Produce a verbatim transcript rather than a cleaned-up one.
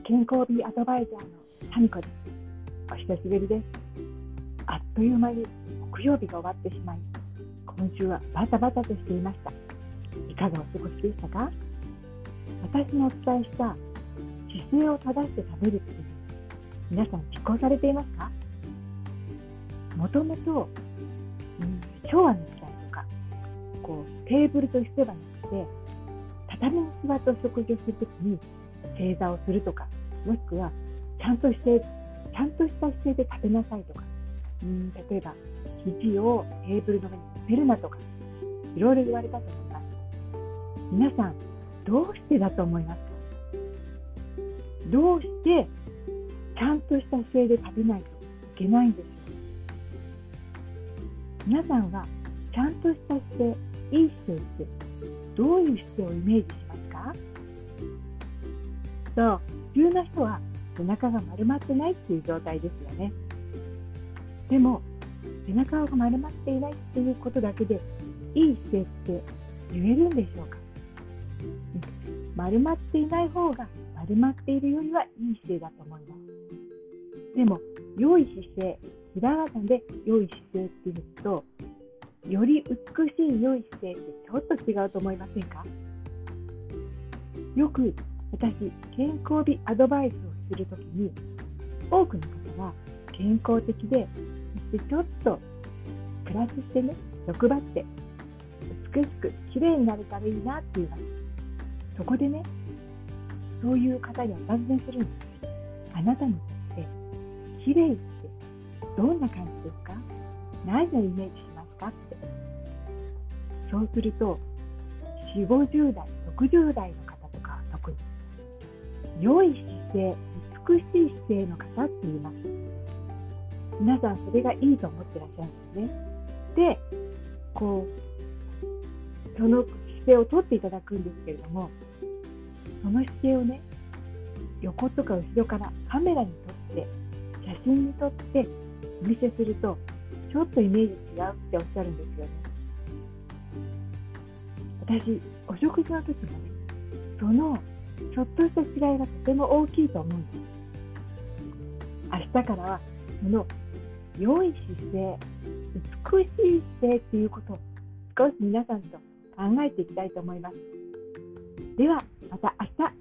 健康美アドバイザーのタミコです。お久しぶりです。あっという間に木曜日が終わってしまい、今週はバタバタとしていました。いかがお過ごしでしたか？私のお伝えした姿勢を正して食べるという、皆さん実行されていますか？もともと、うん、昭和の時代とか、こうテーブルと椅子ではなくて、畳に座ってお食事をするときに正座をするとか、もしくはちゃんとしてちゃんとした姿勢で食べなさいとか、うん、例えば肘をテーブルの上に乗せるなとか、いろいろ言われたと思います。皆さんどうしてだと思いますか？どうしてちゃんとした姿勢で食べないといけないんでしょう？皆さんはちゃんとした姿勢、いい姿勢ってどういう姿勢をイメージしますか？そう、普通の人は背中が丸まってないっていう状態ですよね。でも背中が丸まっていないっていうことだけでいい姿勢って言えるんでしょうか？丸まっていない方が丸まっているよりはいい姿勢だと思います。でも良い姿勢、ひらがなで良い姿勢っていうと、より美しい良い姿勢ってちょっと違うと思いませんか？よく私、健康美アドバイスをするときに、多くの方は健康的で、そしてちょっとプラスしてね、欲張って美しく綺麗になれたらいいなって言います。そこでね、そういう方にお尋ねするんです。あなたにとって綺麗ってどんな感じですか？何をイメージしますかって。そうするとよんじゅう、ごじゅう代、ろくじゅう代の方とかは特に良い姿勢、美しい姿勢の方って言います。皆さんそれがいいと思ってらっしゃるんですね。で、こうその姿勢をとっていただくんですけれども、その姿勢をね、横とか後ろからカメラに撮って写真に撮ってお見せすると、ちょっとイメージ違うっておっしゃるんですよね。私、お食事の時もね、そのちょっとした違いがとても大きいと思うんです。明日からはその良い姿勢、美しい姿勢っていうことを少し皆さんと考えていきたいと思います。ではまた明日